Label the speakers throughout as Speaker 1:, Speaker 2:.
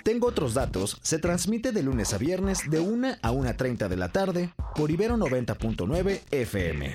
Speaker 1: Tengo otros datos, se transmite de lunes a viernes de 1 a 1:30 de la tarde por Ibero 90.9 FM.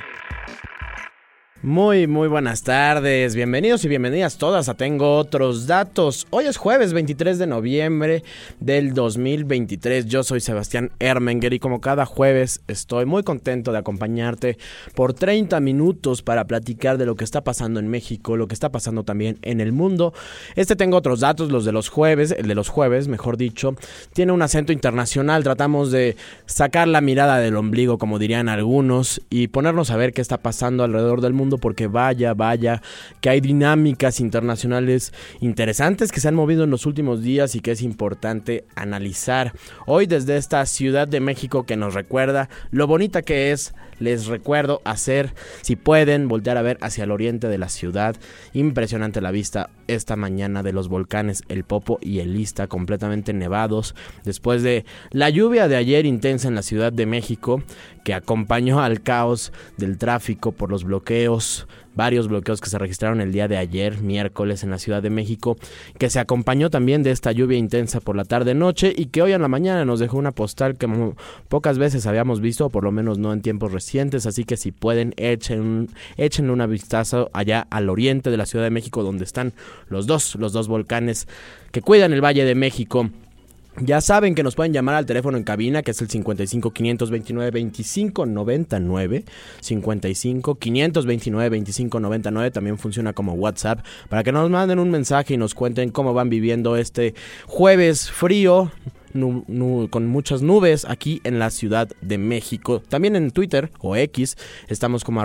Speaker 2: Muy buenas tardes, bienvenidos y bienvenidas todas a Tengo Otros Datos. Hoy es jueves 23 de noviembre del 2023, yo soy Sebastián Ermenger y como cada jueves estoy muy contento de acompañarte por 30 minutos para platicar de lo que está pasando en México, lo que está pasando también en el mundo. Tengo Otros Datos, el de los jueves, mejor dicho, tiene un acento internacional, tratamos de sacar la mirada del ombligo, como dirían algunos, y ponernos a ver qué está pasando alrededor del mundo, porque vaya que hay dinámicas internacionales interesantes que se han movido en los últimos días y que es importante analizar. Hoy desde esta Ciudad de México que nos recuerda lo bonita que es, les recuerdo hacer, si pueden, voltear a ver hacia el oriente de la ciudad. Impresionante la vista esta mañana de los volcanes El Popo y el Ista completamente nevados después de la lluvia de ayer intensa en la Ciudad de México, que acompañó al caos del tráfico por los bloqueos, varios bloqueos que se registraron el día de ayer, miércoles, en la Ciudad de México, que se acompañó también de esta lluvia intensa por la tarde-noche y que hoy en la mañana nos dejó una postal que pocas veces habíamos visto, o por lo menos no en tiempos recientes, así que si pueden, échenle una vistazo allá al oriente de la Ciudad de México, donde están los dos volcanes que cuidan el Valle de México. Ya saben que nos pueden llamar al teléfono en cabina, que es el 55 529 25 99, 55 529 25 99, también funciona como WhatsApp, para que nos manden un mensaje y nos cuenten cómo van viviendo este jueves frío, con muchas nubes aquí en la Ciudad de México. También en Twitter o X estamos como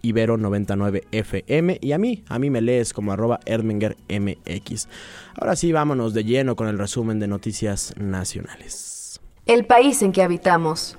Speaker 2: @Ibero99FM y a mí me lees como @ErmengerMX. Ahora sí, vámonos de lleno con el resumen de noticias nacionales.
Speaker 3: El país en que habitamos.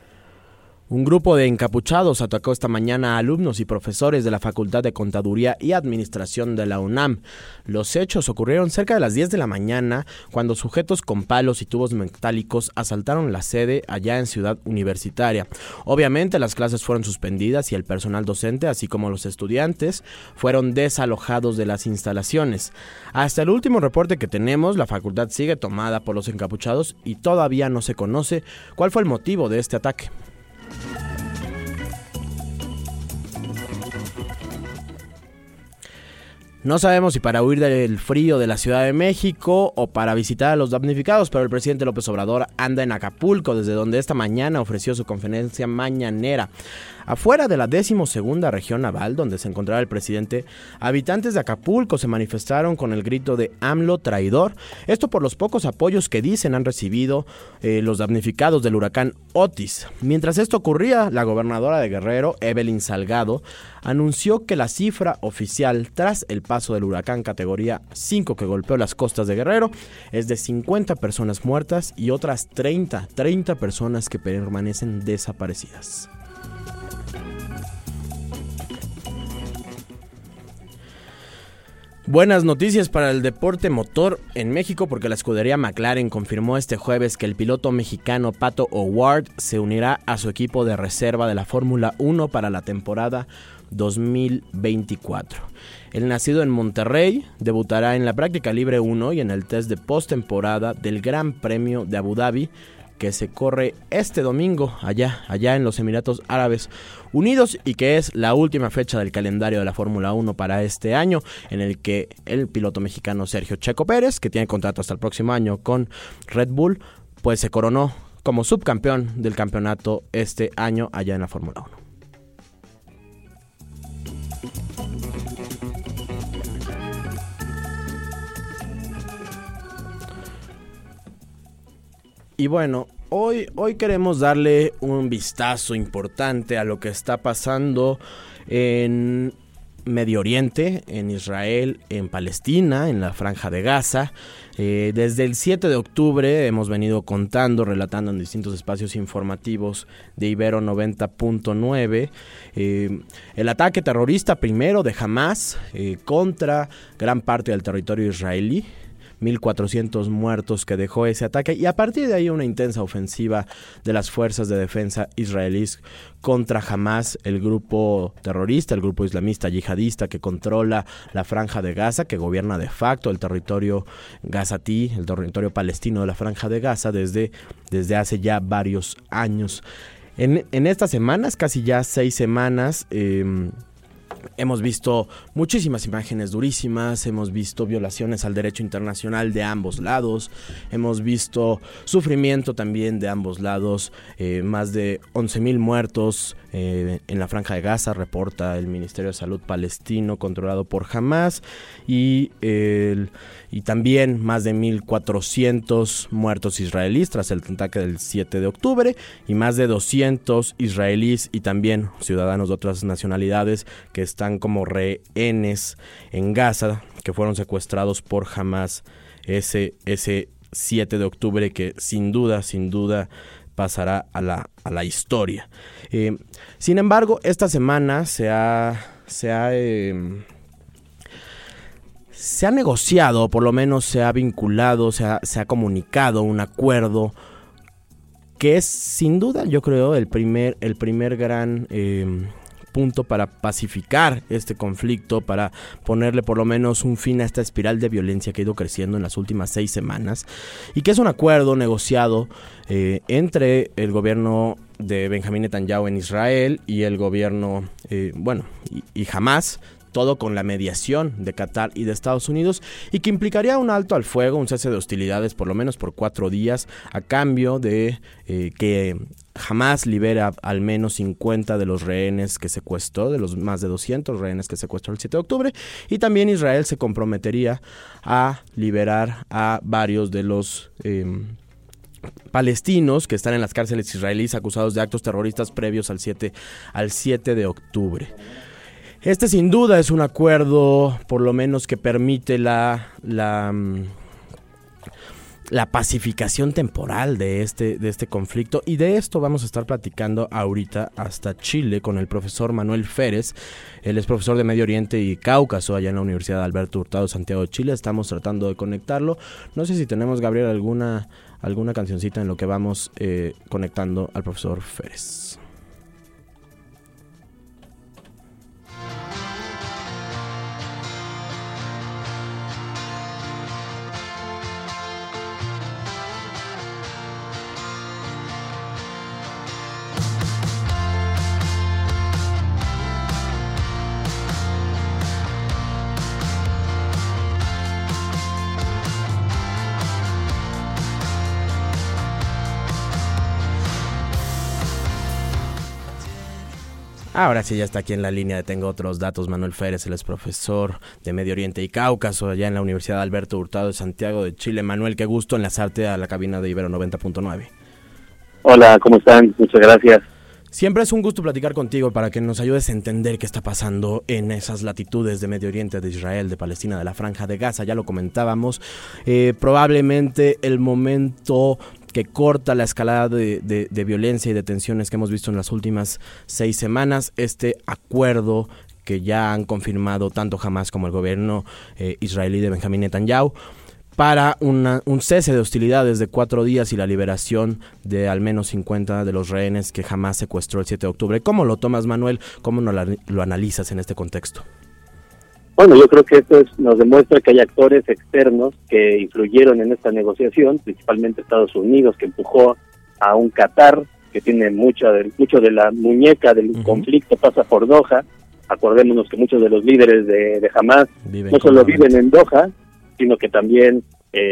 Speaker 2: Un grupo de encapuchados atacó esta mañana a alumnos y profesores de la Facultad de Contaduría y Administración de la UNAM. Los hechos ocurrieron cerca de las 10 de la mañana, cuando sujetos con palos y tubos metálicos asaltaron la sede allá en Ciudad Universitaria. Obviamente las clases fueron suspendidas y el personal docente, así como los estudiantes, fueron desalojados de las instalaciones. Hasta el último reporte que tenemos, la facultad sigue tomada por los encapuchados y todavía no se conoce cuál fue el motivo de este ataque. No sabemos si para huir del frío de la Ciudad de México o para visitar a los damnificados, pero el presidente López Obrador anda en Acapulco, desde donde esta mañana ofreció su conferencia mañanera. Afuera de la 12ª región naval, donde se encontraba el presidente, habitantes de Acapulco se manifestaron con el grito de AMLO traidor, esto por los pocos apoyos que dicen han recibido los damnificados del huracán Otis. Mientras esto ocurría, la gobernadora de Guerrero, Evelyn Salgado, anunció que la cifra oficial tras el paso del huracán categoría 5 que golpeó las costas de Guerrero es de 50 personas muertas y otras 30 personas que permanecen desaparecidas. Buenas noticias para el deporte motor en México, porque la escudería McLaren confirmó este jueves que el piloto mexicano Pato O'Ward se unirá a su equipo de reserva de la Fórmula 1 para la temporada 2024. El nacido en Monterrey debutará en la práctica libre 1 y en el test de postemporada del Gran Premio de Abu Dhabi, que se corre este domingo allá en los Emiratos Árabes Unidos, y que es la última fecha del calendario de la Fórmula 1 para este año, en el que el piloto mexicano Sergio Checo Pérez, que tiene contrato hasta el próximo año con Red Bull, pues se coronó como subcampeón del campeonato este año allá en la Fórmula 1. Y bueno, hoy queremos darle un vistazo importante a lo que está pasando en Medio Oriente, en Israel, en Palestina, en la Franja de Gaza. Desde el 7 de octubre hemos venido relatando en distintos espacios informativos de Ibero 90.9 el ataque terrorista primero de Hamás contra gran parte del territorio israelí, 1,400 muertos que dejó ese ataque, y a partir de ahí una intensa ofensiva de las fuerzas de defensa israelíes contra Hamas, el grupo terrorista, el grupo islamista yihadista que controla la Franja de Gaza, que gobierna de facto el territorio gazatí, el territorio palestino de la Franja de Gaza desde hace ya varios años. En estas semanas, casi ya 6 semanas, hemos visto muchísimas imágenes durísimas, hemos visto violaciones al derecho internacional de ambos lados, hemos visto sufrimiento también de ambos lados, más de 11,000 muertos en la Franja de Gaza, reporta el Ministerio de Salud palestino controlado por Hamas, y también más de 1,400 muertos israelíes tras el ataque del 7 de octubre, y más de 200 israelíes y también ciudadanos de otras nacionalidades que están como rehenes en Gaza, que fueron secuestrados por Hamas ese 7 de octubre, que sin duda pasará a la historia. Sin embargo, esta semana se ha negociado, por lo menos se ha vinculado, se ha comunicado un acuerdo que es sin duda, yo creo, el primer gran punto para pacificar este conflicto, para ponerle por lo menos un fin a esta espiral de violencia que ha ido creciendo en las últimas 6 semanas, y que es un acuerdo negociado entre el gobierno de Benjamín Netanyahu en Israel y el gobierno, y Hamas, todo con la mediación de Qatar y de Estados Unidos, y que implicaría un alto al fuego, un cese de hostilidades por lo menos por 4 días, a cambio de que Hamas libera al menos 50 de los rehenes que secuestró, de los más de 200 rehenes que secuestró el 7 de octubre, y también Israel se comprometería a liberar a varios de los palestinos que están en las cárceles israelíes acusados de actos terroristas previos al 7 de octubre. Este sin duda es un acuerdo, por lo menos, que permite la pacificación temporal de este conflicto, y de esto vamos a estar platicando ahorita hasta Chile con el profesor Manuel Férez. Él es profesor de Medio Oriente y Cáucaso allá en la Universidad Alberto Hurtado, Santiago de Chile. Estamos tratando de conectarlo. No sé si tenemos, Gabriel, alguna cancioncita en lo que vamos conectando al profesor Férez. Ahora sí, ya está aquí en la línea de Tengo Otros Datos Manuel Férez. Él es profesor de Medio Oriente y Cáucaso allá en la Universidad Alberto Hurtado de Santiago de Chile. Manuel, qué gusto enlazarte a la cabina de Ibero 90.9.
Speaker 4: Hola, ¿cómo están? Muchas gracias.
Speaker 2: Siempre es un gusto platicar contigo para que nos ayudes a entender qué está pasando en esas latitudes de Medio Oriente, de Israel, de Palestina, de la Franja de Gaza. Ya lo comentábamos, probablemente el momento que corta la escalada de violencia y de tensiones que hemos visto en las últimas 6 semanas, este acuerdo que ya han confirmado tanto Hamas como el gobierno israelí de Benjamín Netanyahu, para un cese de hostilidades de 4 días y la liberación de al menos 50 de los rehenes que Hamas secuestró el 7 de octubre. ¿Cómo lo tomas, Manuel? ¿Cómo lo analizas en este contexto?
Speaker 4: Bueno, yo creo que esto nos demuestra que hay actores externos que influyeron en esta negociación, principalmente Estados Unidos, que empujó a un Qatar que tiene mucho de la muñeca del conflicto, pasa por Doha. Acordémonos que muchos de los líderes de Hamas no solo viven en Doha, sino que también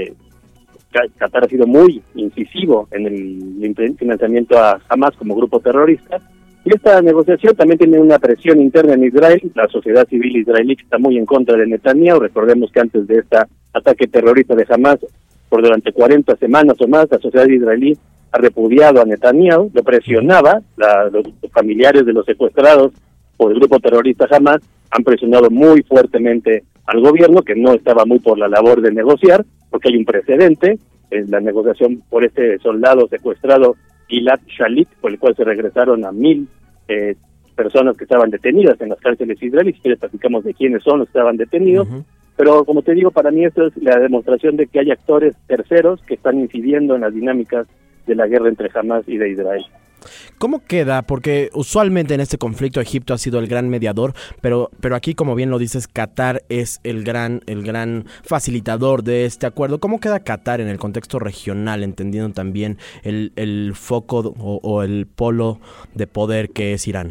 Speaker 4: Qatar ha sido muy incisivo en el financiamiento a Hamas como grupo terrorista. Y esta negociación también tiene una presión interna en Israel. La sociedad civil israelí está muy en contra de Netanyahu. Recordemos que antes de este ataque terrorista de Hamas, por durante 40 semanas o más, la sociedad israelí ha repudiado a Netanyahu, lo presionaba. Los familiares de los secuestrados por el grupo terrorista Hamas han presionado muy fuertemente al gobierno, que no estaba muy por la labor de negociar, porque hay un precedente en la negociación por este soldado secuestrado Gilad Shalit, por el cual se regresaron a 1,000 personas que estaban detenidas en las cárceles israelíes. Si quieres platicamos de quiénes son los que estaban detenidos. Pero como te digo, para mí esto es la demostración de que hay actores terceros que están incidiendo en las dinámicas de la guerra entre Hamás y de Israel.
Speaker 2: ¿Cómo queda? Porque usualmente en este conflicto Egipto ha sido el gran mediador, pero aquí, como bien lo dices, Qatar es el gran facilitador de este acuerdo. ¿Cómo queda Qatar en el contexto regional, entendiendo también el foco o el polo de poder que es Irán?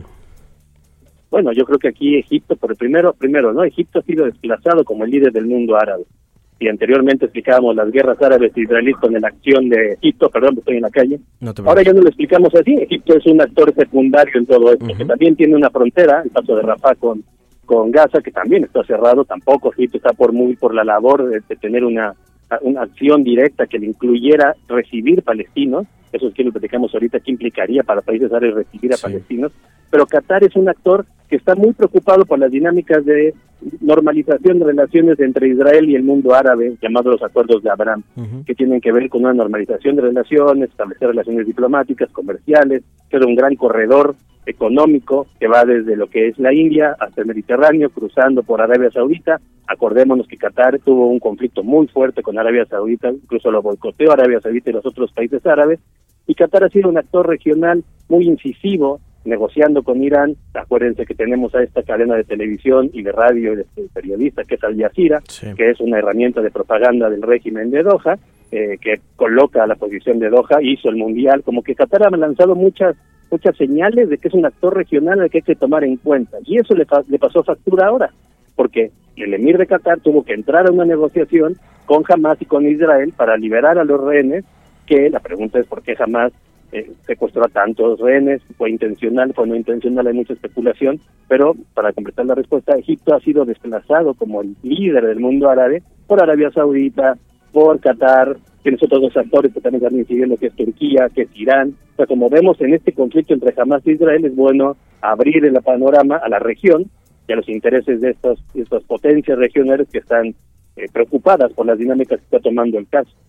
Speaker 4: Bueno, yo creo que aquí Egipto, por el primero, ¿no? Egipto ha sido desplazado como el líder del mundo árabe. Y anteriormente explicábamos las guerras árabes e israelíes con la acción de Egipto, perdón, estoy en la calle. Ahora ya no lo explicamos así. Egipto es un actor secundario en todo esto, que también tiene una frontera, el paso de Rafah con Gaza, que también está cerrado. Tampoco Egipto está por la labor de tener una acción directa que le incluyera recibir palestinos. Eso es que lo platicamos ahorita, qué implicaría para países árabes recibir a palestinos. Pero Qatar es un actor que está muy preocupado por las dinámicas de normalización de relaciones entre Israel y el mundo árabe, llamados los acuerdos de Abraham, que tienen que ver con una normalización de relaciones, establecer relaciones diplomáticas, comerciales, ser un gran corredor económico que va desde lo que es la India hasta el Mediterráneo, cruzando por Arabia Saudita. Acordémonos que Qatar tuvo un conflicto muy fuerte con Arabia Saudita, incluso lo boicoteó Arabia Saudita y los otros países árabes, y Qatar ha sido un actor regional muy incisivo, negociando con Irán. Acuérdense que tenemos a esta cadena de televisión y de radio y de periodista que es Al Jazeera, que es una herramienta de propaganda del régimen de Doha, que coloca a la posición de Doha, hizo el mundial, como que Qatar ha lanzado muchas señales de que es un actor regional al que hay que tomar en cuenta, y eso le pasó factura ahora, porque el emir de Qatar tuvo que entrar a una negociación con Hamás y con Israel para liberar a los rehenes, que la pregunta es por qué Hamás secuestró a tantos rehenes, fue intencional, fue no intencional, hay mucha especulación, pero para completar la respuesta, Egipto ha sido desplazado como el líder del mundo árabe por Arabia Saudita, por Qatar, tienes otros dos actores que también están incidiendo, que es Turquía, que es Irán. O sea, como vemos en este conflicto entre Hamás e Israel, es bueno abrir el panorama a la región y a los intereses de estas potencias regionales que están preocupadas por las dinámicas que está tomando el caso.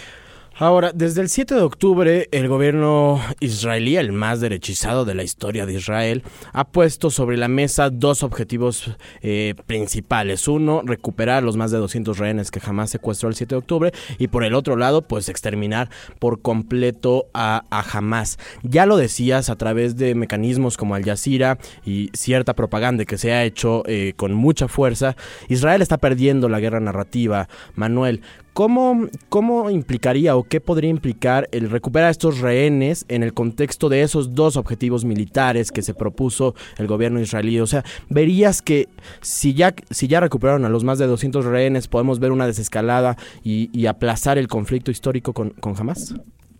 Speaker 2: Ahora, desde el 7 de octubre, el gobierno israelí, el más derechizado de la historia de Israel, ha puesto sobre la mesa dos objetivos principales. Uno, recuperar los más de 200 rehenes que Hamás secuestró el 7 de octubre, y por el otro lado, pues exterminar por completo a Hamás. Ya lo decías, a través de mecanismos como Al Jazeera y cierta propaganda que se ha hecho con mucha fuerza, Israel está perdiendo la guerra narrativa. Manuel, ¿Cómo implicaría o qué podría implicar el recuperar estos rehenes en el contexto de esos dos objetivos militares que se propuso el gobierno israelí? O sea, ¿verías que si ya recuperaron a los más de 200 rehenes, podemos ver una desescalada y aplazar el conflicto histórico con Hamás?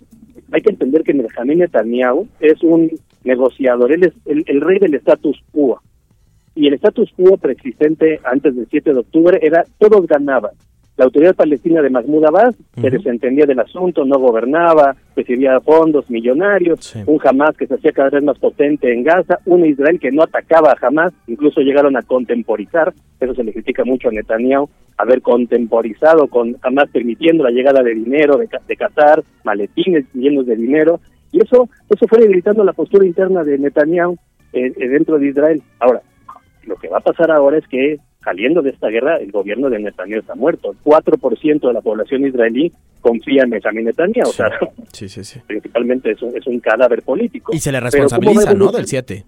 Speaker 4: Hay que entender que Benjamín Netanyahu es un negociador, él es el rey del status quo. Y el status quo preexistente antes del 7 de octubre era todos ganaban. La autoridad palestina de Mahmoud Abbas se desentendía del asunto, no gobernaba, recibía fondos millonarios, un Hamás que se hacía cada vez más potente en Gaza, un Israel que no atacaba a Hamás, incluso llegaron a contemporizar, eso se le critica mucho a Netanyahu, haber contemporizado con Hamás, permitiendo la llegada de dinero de Qatar, maletines llenos de dinero, y eso fue debilitando la postura interna de Netanyahu dentro de Israel. Ahora, lo que va a pasar ahora es que, saliendo de esta guerra, el gobierno de Netanyahu está muerto. El 4% de la población israelí confía en Benjamín Netanyahu.
Speaker 2: Sí.
Speaker 4: O sea, principalmente es un cadáver político.
Speaker 2: Y se le responsabiliza, ¿no?, del 7.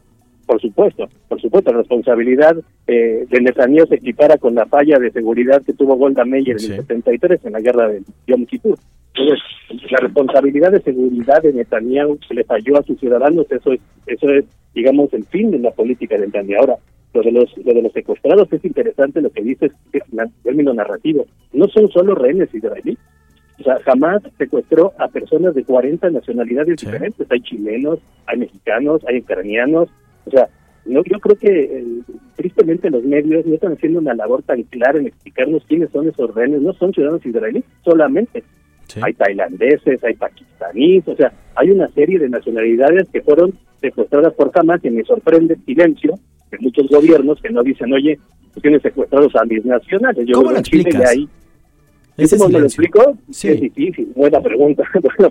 Speaker 4: Por supuesto, la responsabilidad de Netanyahu se equipara con la falla de seguridad que tuvo Golda Meir en el 73, en la guerra de Yom Kippur. Entonces, la responsabilidad de seguridad de Netanyahu que le falló a sus ciudadanos, eso es, digamos, el fin de la política de Netanyahu. Ahora, lo de los secuestrados es interesante, lo que dices, es un término narrativo. No son solo rehenes israelíes. O sea, Hamás secuestró a personas de 40 nacionalidades diferentes. Hay chilenos, hay mexicanos, hay ucranianos. O sea, yo creo que tristemente los medios no están haciendo una labor tan clara en explicarnos quiénes son esos rehenes. No son ciudadanos israelíes solamente. Hay tailandeses, hay pakistaníes, o sea, hay una serie de nacionalidades que fueron secuestradas por Hamás, y me sorprende el silencio de muchos gobiernos que no dicen, oye, tú tienes secuestrados a mis nacionales. Yo
Speaker 2: ¿Cómo lo explicas?
Speaker 4: Ahí.
Speaker 2: ¿Cómo
Speaker 4: me lo explico? Sí. Es difícil, buena pregunta.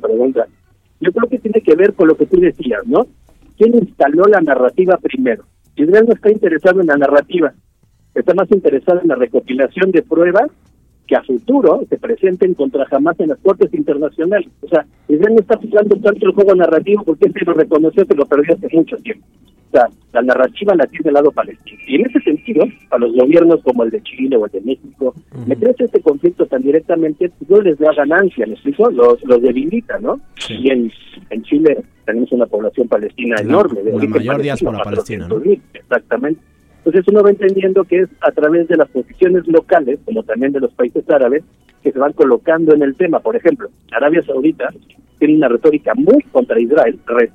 Speaker 4: Yo creo que tiene que ver con lo que tú decías, ¿no? ¿Quién instaló la narrativa primero? Israel no está interesado en la narrativa. está más interesada en la recopilación de pruebas que a futuro se presenten contra Hamás en las cortes internacionales. O sea, Israel no está jugando tanto el juego narrativo porque este lo reconoció que lo perdió hace mucho tiempo. O sea, la narrativa la tiene el lado palestino. Y en ese sentido, a los gobiernos como el de Chile o el de México, meterse este conflicto tan directamente no les da ganancia, ¿me explico? Los debilita, ¿no? Sí. Y en Chile tenemos una población palestina enorme.
Speaker 2: La mayor diáspora palestina, ¿no?
Speaker 4: Exactamente. Entonces uno va entendiendo que es a través de las posiciones locales, como también de los países árabes, que se van colocando en el tema. Por ejemplo, Arabia Saudita tiene una retórica muy contra Israel,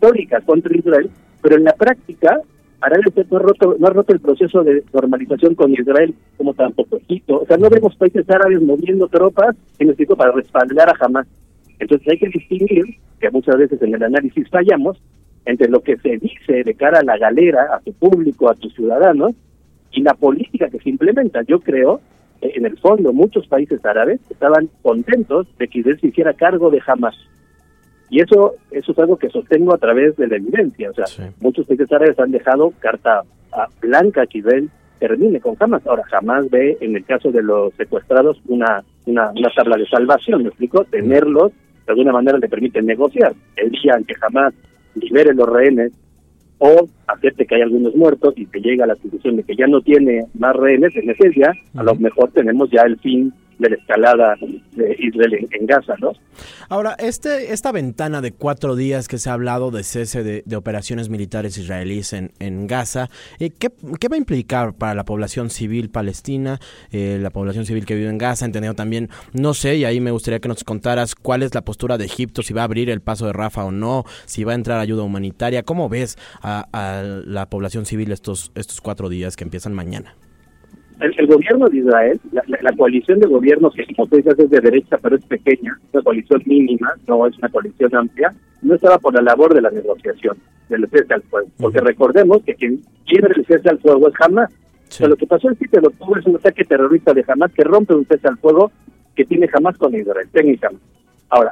Speaker 4: pero en la práctica Arabia no ha roto el proceso de normalización con Israel, como tampoco Egipto. O sea, no vemos países árabes moviendo tropas para respaldar a Hamás. Entonces hay que distinguir, que muchas veces en el análisis fallamos, entre lo que se dice de cara a la galera, a tu público, a tus ciudadanos, y la política que se implementa. Yo creo, en el fondo, muchos países árabes estaban contentos de que Israel se hiciera cargo de Hamás. Y eso es algo que sostengo a través de la evidencia. O sea, sí. Muchos países árabes han dejado carta blanca que Israel termine con Hamás. Ahora, Hamás ve, en el caso de los secuestrados, una tabla de salvación, ¿me explico? Tenerlos, de alguna manera, le permite negociar. El día en que Hamás libere los rehenes o acepte que hay algunos muertos y que llega a la conclusión de que ya no tiene más rehenes, en ese día a lo mejor tenemos ya el fin de la escalada de Israel en Gaza, ¿no?
Speaker 2: Ahora, esta ventana de 4 días que se ha hablado de cese de operaciones militares israelíes en Gaza, ¿qué va a implicar para la población civil palestina, la población civil que vive en Gaza? Entendiendo también, no sé, y ahí me gustaría que nos contaras cuál es la postura de Egipto, si va a abrir el paso de Rafah o no, si va a entrar ayuda humanitaria. ¿Cómo ves a la población civil estos 4 días que empiezan mañana?
Speaker 4: El gobierno de Israel, la coalición de gobiernos, que como tú dices es de derecha pero es pequeña, es una coalición mínima, no es una coalición amplia, no estaba por la labor de la negociación, del cese al fuego. Porque recordemos que quien quiere el cese al fuego es Hamás. Sí. O sea, lo que pasó el 7 de octubre es un ataque terrorista de Hamás que rompe un cese al fuego que tiene Hamás con Israel, técnicamente. Ahora,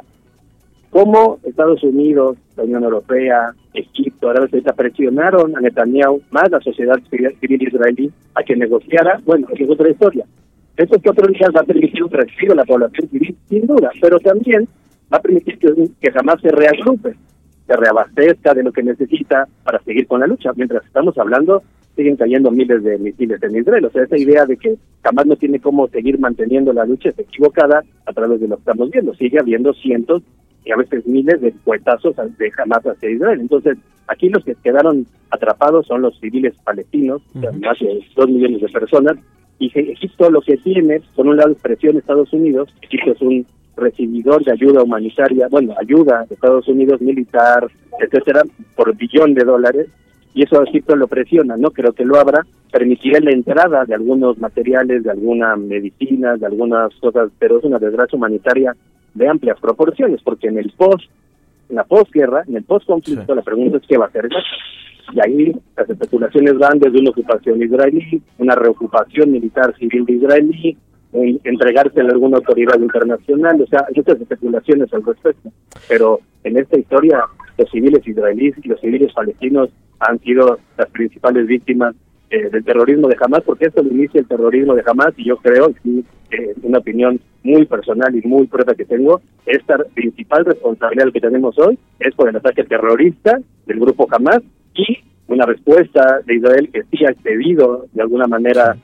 Speaker 4: ¿cómo Estados Unidos, la Unión Europea, Egipto, Arabia Saudita presionaron a Netanyahu, más la sociedad civil israelí, a que negociara? Bueno, esa es otra historia. Estos 4 días va a permitir un respiro a la población civil, sin duda, pero también va a permitir que jamás se reagrupe, se reabastezca de lo que necesita para seguir con la lucha. Mientras estamos hablando, siguen cayendo miles de misiles en Israel. O sea, esa idea de que jamás no tiene cómo seguir manteniendo la lucha es equivocada a través de lo que estamos viendo. Sigue habiendo cientos y a veces miles de cuetazos de Hamás hacia Israel. Entonces, aquí los que quedaron atrapados son los civiles palestinos, más de 2 millones de personas, y Egipto lo que tiene, por un lado, es presión de Estados Unidos. Egipto es un recibidor de ayuda humanitaria, ayuda de Estados Unidos, militar, etcétera, por $1 billón, y eso a Egipto lo presiona, no creo que lo abra, permitirá la entrada de algunos materiales, de algunas medicinas, de algunas cosas, pero es una desgracia humanitaria de amplias proporciones, porque en la posguerra, en el postconflicto, sí. La pregunta es qué va a hacer Gaza. Y ahí las especulaciones van desde una ocupación israelí, una reocupación militar civil de israelí, entregársela a alguna autoridad internacional. O sea, hay muchas especulaciones al respecto. Pero en esta historia, los civiles israelíes y los civiles palestinos han sido las principales víctimas del terrorismo de Hamás, porque esto lo inicia el terrorismo de Hamás, y yo creo, una opinión muy personal y muy propia que tengo, esta principal responsabilidad que tenemos hoy es por el ataque terrorista del grupo Hamás y una respuesta de Israel que sí ha excedido de alguna manera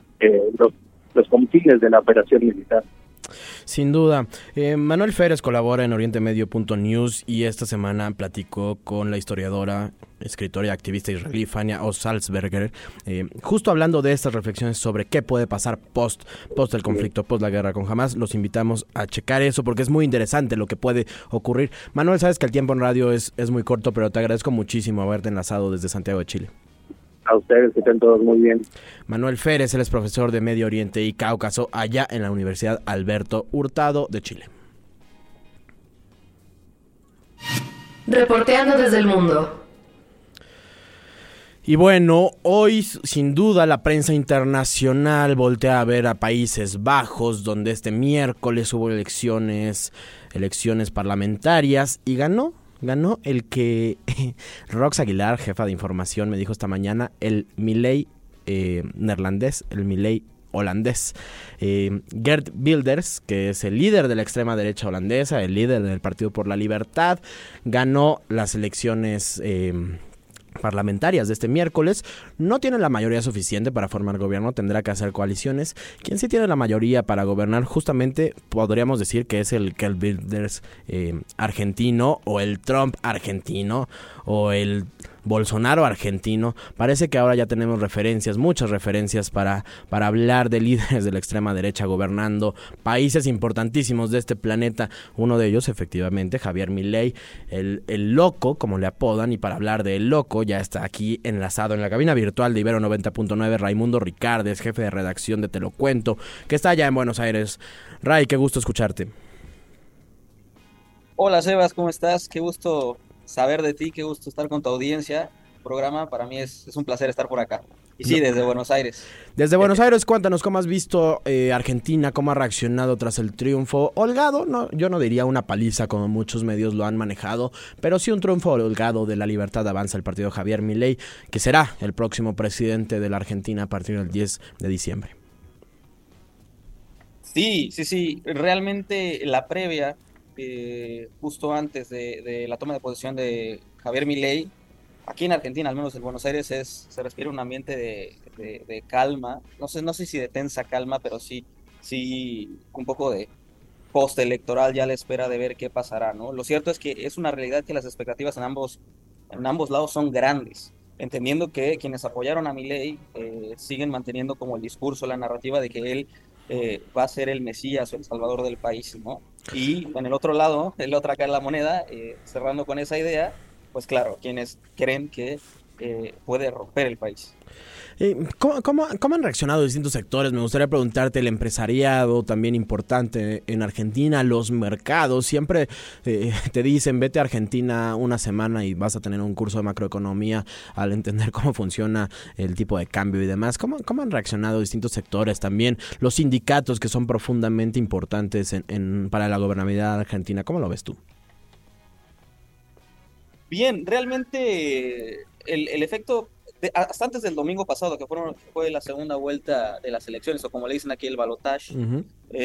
Speaker 4: los confines de la operación militar.
Speaker 2: Sin duda. Manuel Férez colabora en orientemedio.news y esta semana platicó con la historiadora, escritora y activista israelí Fania Oz-Salzberger, justo hablando de estas reflexiones sobre qué puede pasar post el conflicto, post la guerra con Hamás. Los invitamos a checar eso porque es muy interesante lo que puede ocurrir. Manuel, sabes que el tiempo en radio es muy corto, pero te agradezco muchísimo haberte enlazado desde Santiago de Chile.
Speaker 4: A ustedes, que estén todos muy bien.
Speaker 2: Manuel Férez, él es profesor de Medio Oriente y Cáucaso allá en la Universidad Alberto Hurtado de Chile.
Speaker 3: Reporteando desde el mundo.
Speaker 2: Y bueno, hoy sin duda la prensa internacional voltea a ver a Países Bajos, donde este miércoles hubo elecciones parlamentarias y ganó el que Rox Aguilar, jefa de información, me dijo esta mañana, el Milei neerlandés, el Milei holandés. Geert Wilders, que es el líder de la extrema derecha holandesa, el líder del Partido por la Libertad, ganó las elecciones parlamentarias de este miércoles. No tiene la mayoría suficiente para formar gobierno, tendrá que hacer coaliciones. Quien sí tiene la mayoría para gobernar, justamente podríamos decir que es el Geert Wilders argentino, o el Trump argentino, o el Bolsonaro argentino. Parece que ahora ya tenemos referencias, muchas referencias para hablar de líderes de la extrema derecha gobernando países importantísimos de este planeta. Uno de ellos, efectivamente, Javier Milei, el loco, como le apodan, y para hablar de El Loco ya está aquí enlazado en la cabina virtual de Ibero 90.9 Raimundo Ricardes, jefe de redacción de Te Lo Cuento, que está allá en Buenos Aires. Ray, qué gusto escucharte.
Speaker 5: Hola Sebas, ¿cómo estás? Qué gusto saber de ti, qué gusto estar con tu audiencia. Programa, para mí es un placer estar por acá. Y sí, desde Buenos Aires.
Speaker 2: Desde Buenos Aires, cuéntanos cómo has visto Argentina, cómo ha reaccionado tras el triunfo holgado. No, yo no diría una paliza como muchos medios lo han manejado, pero sí un triunfo holgado de La Libertad Avanza, el partido Javier Milei, que será el próximo presidente de la Argentina a partir del 10 de diciembre.
Speaker 5: Sí. Realmente la previa, justo antes de la toma de posesión de Javier Milei, aquí en Argentina, al menos en Buenos Aires, se respira un ambiente de calma. No sé si de tensa calma, pero sí un poco de postelectoral, ya a la espera de ver qué pasará, ¿no? Lo cierto es que es una realidad que las expectativas en ambos lados son grandes, entendiendo que quienes apoyaron a Milei siguen manteniendo como el discurso, la narrativa de que él va a ser el Mesías o el Salvador del país, ¿no? Y en el otro lado, en la otra cara de la moneda, cerrando con esa idea, pues claro, quienes creen que puede romper el país.
Speaker 2: ¿Cómo han reaccionado distintos sectores? Me gustaría preguntarte, el empresariado también importante en Argentina, los mercados, siempre te dicen vete a Argentina una semana y vas a tener un curso de macroeconomía al entender cómo funciona el tipo de cambio y demás. ¿Cómo han reaccionado distintos sectores también? Los sindicatos, que son profundamente importantes para la gobernabilidad argentina, ¿cómo lo ves tú?
Speaker 5: Bien, realmente el efecto, hasta antes del domingo pasado, que fue la segunda vuelta de las elecciones, o como le dicen aquí, el balotaje,
Speaker 2: Uh-huh.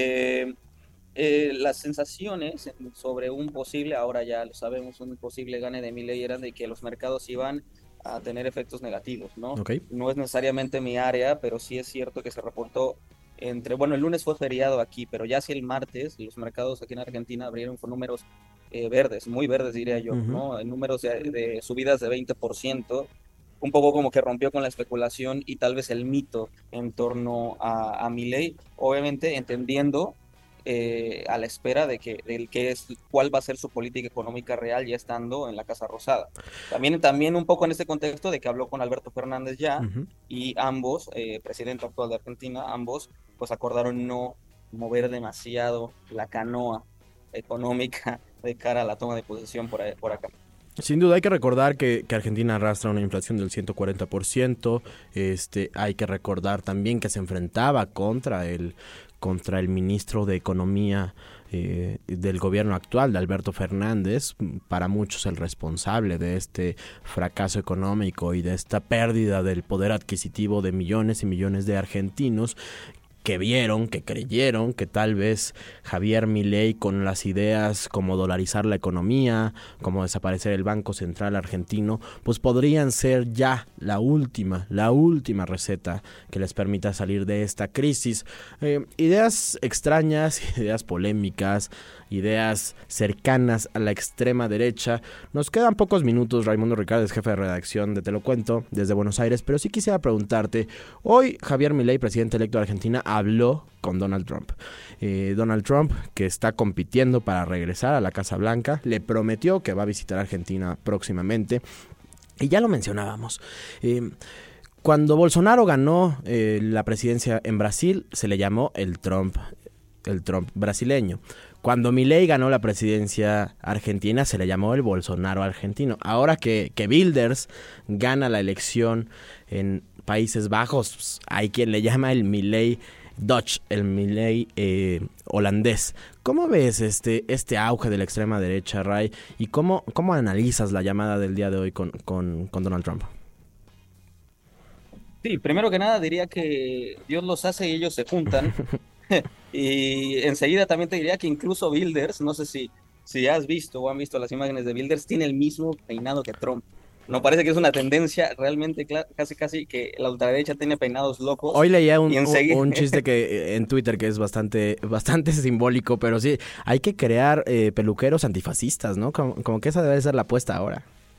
Speaker 5: las sensaciones sobre un posible, ahora ya lo sabemos, un posible gane de Milei eran de que los mercados iban a tener efectos negativos, ¿no?
Speaker 2: Okay.
Speaker 5: No es necesariamente mi área, pero sí es cierto que se reportó el lunes fue feriado aquí, pero ya hacia el martes los mercados aquí en Argentina abrieron con números verdes, muy verdes diría yo,
Speaker 2: Uh-huh.
Speaker 5: ¿no? En números de subidas de 20%, un poco como que rompió con la especulación y tal vez el mito en torno a Milei, obviamente entendiendo a la espera de cuál va a ser su política económica real ya estando en la Casa Rosada. También un poco en este contexto de que habló con Alberto Fernández ya,
Speaker 2: Uh-huh.
Speaker 5: y ambos, presidente actual de Argentina, ambos pues acordaron no mover demasiado la canoa económica de cara a la toma de posesión por acá.
Speaker 2: Sin duda hay que recordar que Argentina arrastra una inflación del 140%. Hay que recordar también que se enfrentaba contra el ministro de Economía del gobierno actual, de Alberto Fernández, para muchos el responsable de este fracaso económico y de esta pérdida del poder adquisitivo de millones y millones de argentinos, que vieron, que creyeron que tal vez Javier Milei, con las ideas como dolarizar la economía, como desaparecer el Banco Central argentino, pues podrían ser ya la última receta que les permita salir de esta crisis. Ideas extrañas, ideas polémicas, ideas cercanas a la extrema derecha. Nos quedan pocos minutos. Raimundo Ricardes, jefe de redacción de Te Lo Cuento, desde Buenos Aires, pero sí quisiera preguntarte, hoy Javier Milei, presidente electo de Argentina, habló con Donald Trump. Donald Trump, que está compitiendo para regresar a la Casa Blanca, le prometió que va a visitar Argentina próximamente, y ya lo mencionábamos. Cuando Bolsonaro ganó la presidencia en Brasil, se le llamó el Trump brasileño. Cuando Milei ganó la presidencia argentina, se le llamó el Bolsonaro argentino. Ahora que Wilders gana la elección en Países Bajos, pues, hay quien le llama el Milei Dutch, el Milei holandés. ¿Cómo ves este auge de la extrema derecha, Ray? ¿Y cómo analizas la llamada del día de hoy con Donald Trump?
Speaker 5: Sí, primero que nada diría que Dios los hace y ellos se juntan. Y enseguida también te diría que incluso Builders, no sé si has visto o han visto las imágenes de Builders, tiene el mismo peinado que Trump. No parece que es una tendencia realmente casi que la ultraderecha tiene peinados locos.
Speaker 2: Hoy leía
Speaker 5: y enseguida...
Speaker 2: un chiste que en Twitter que es bastante simbólico, pero sí, hay que crear peluqueros antifascistas, ¿no? Como que esa debe ser la apuesta ahora.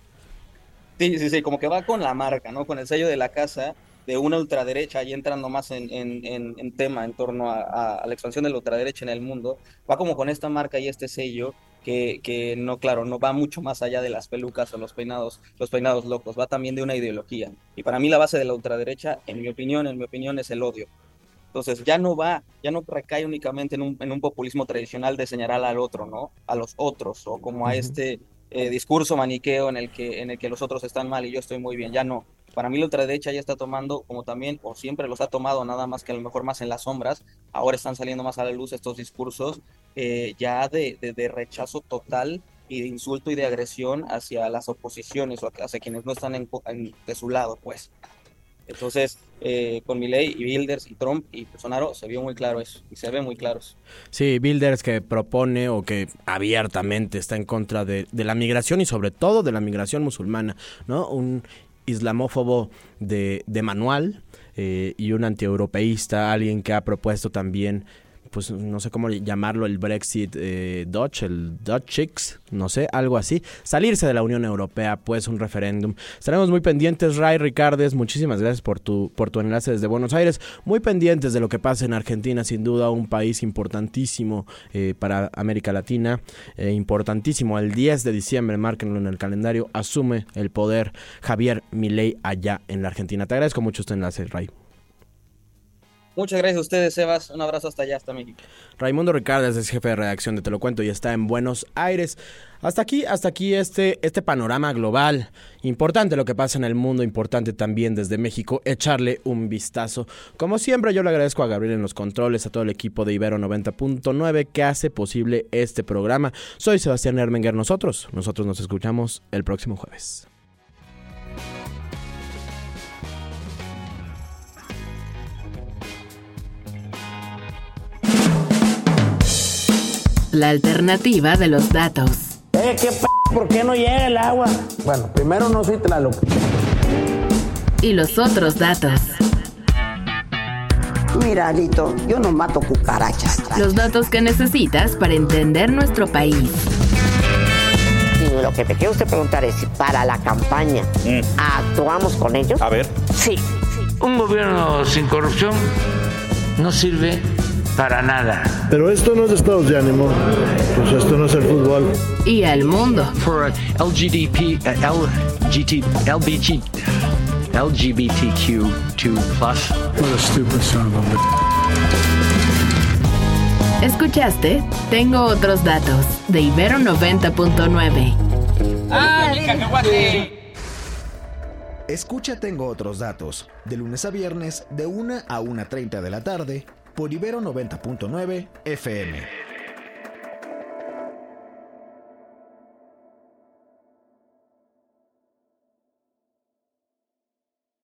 Speaker 5: Sí, como que va con la marca, ¿no? Con el sello de la casa de una ultraderecha, y entrando más en tema en torno a la expansión de la ultraderecha en el mundo, va como con esta marca y este sello que no, claro, no va mucho más allá de las pelucas o los peinados locos, va también de una ideología. Y para mí la base de la ultraderecha, en mi opinión, es el odio. Entonces ya no recae únicamente en un populismo tradicional de señalar al otro, ¿no? A los otros, o como a este discurso maniqueo en el que los otros están mal y yo estoy muy bien. Ya no. Para mí la ultraderecha ya está tomando, como también, o siempre los ha tomado, nada más que a lo mejor más en las sombras, ahora están saliendo más a la luz estos discursos ya de rechazo total y de insulto y de agresión hacia las oposiciones o hacia quienes no están de su lado, pues. Entonces, con Milei y Builders y Trump y Bolsonaro se vio muy claro eso, y se ve muy claro eso.
Speaker 2: Sí, Builders que propone o que abiertamente está en contra de la migración y sobre todo de la migración musulmana, ¿no? Un islamófobo de manual y un antieuropeísta, alguien que ha propuesto también, pues no sé cómo llamarlo, el Brexit Dutch, el Dutch Chicks, no sé, algo así, salirse de la Unión Europea, pues un referéndum. Estaremos muy pendientes, Ray Ricardes, muchísimas gracias por tu enlace desde Buenos Aires, muy pendientes de lo que pasa en Argentina, sin duda un país importantísimo para América Latina, importantísimo, el 10 de diciembre, márquenlo en el calendario, asume el poder Javier Milei allá en la Argentina. Te agradezco mucho este enlace, Ray.
Speaker 5: Muchas gracias a ustedes, Sebas. Un abrazo hasta allá, hasta México.
Speaker 2: Raimundo Ricardes es jefe de redacción de Te lo Cuento y está en Buenos Aires. Hasta aquí este panorama global. Importante lo que pasa en el mundo, importante también desde México echarle un vistazo. Como siempre, yo le agradezco a Gabriel en los controles, a todo el equipo de Ibero 90.9 que hace posible este programa. Soy Sebastián Ermenger. Nosotros nos escuchamos el próximo jueves.
Speaker 6: La alternativa de los datos.
Speaker 7: ¿Por qué no llega el agua? Bueno, primero no soy Tlaloc.
Speaker 6: Y los otros datos.
Speaker 8: Mira, Alito, yo no mato cucarachas.
Speaker 6: Los datos que necesitas para entender nuestro país.
Speaker 8: Y lo que te quiero usted preguntar es si para la campaña actuamos con ellos.
Speaker 9: A ver.
Speaker 8: Sí.
Speaker 10: Un gobierno sin corrupción no sirve para nada.
Speaker 11: Pero esto no es estados de ánimo, pues esto no es el fútbol.
Speaker 6: Y el mundo.
Speaker 10: For LGBTQ2+. What
Speaker 11: a stupid son of a...
Speaker 6: ¿Escuchaste? Tengo otros datos de Ibero 90.9.
Speaker 1: Escucha Tengo Otros Datos, de lunes a viernes, de 1 a 1:30 de la tarde, por Ibero 90.9 FM.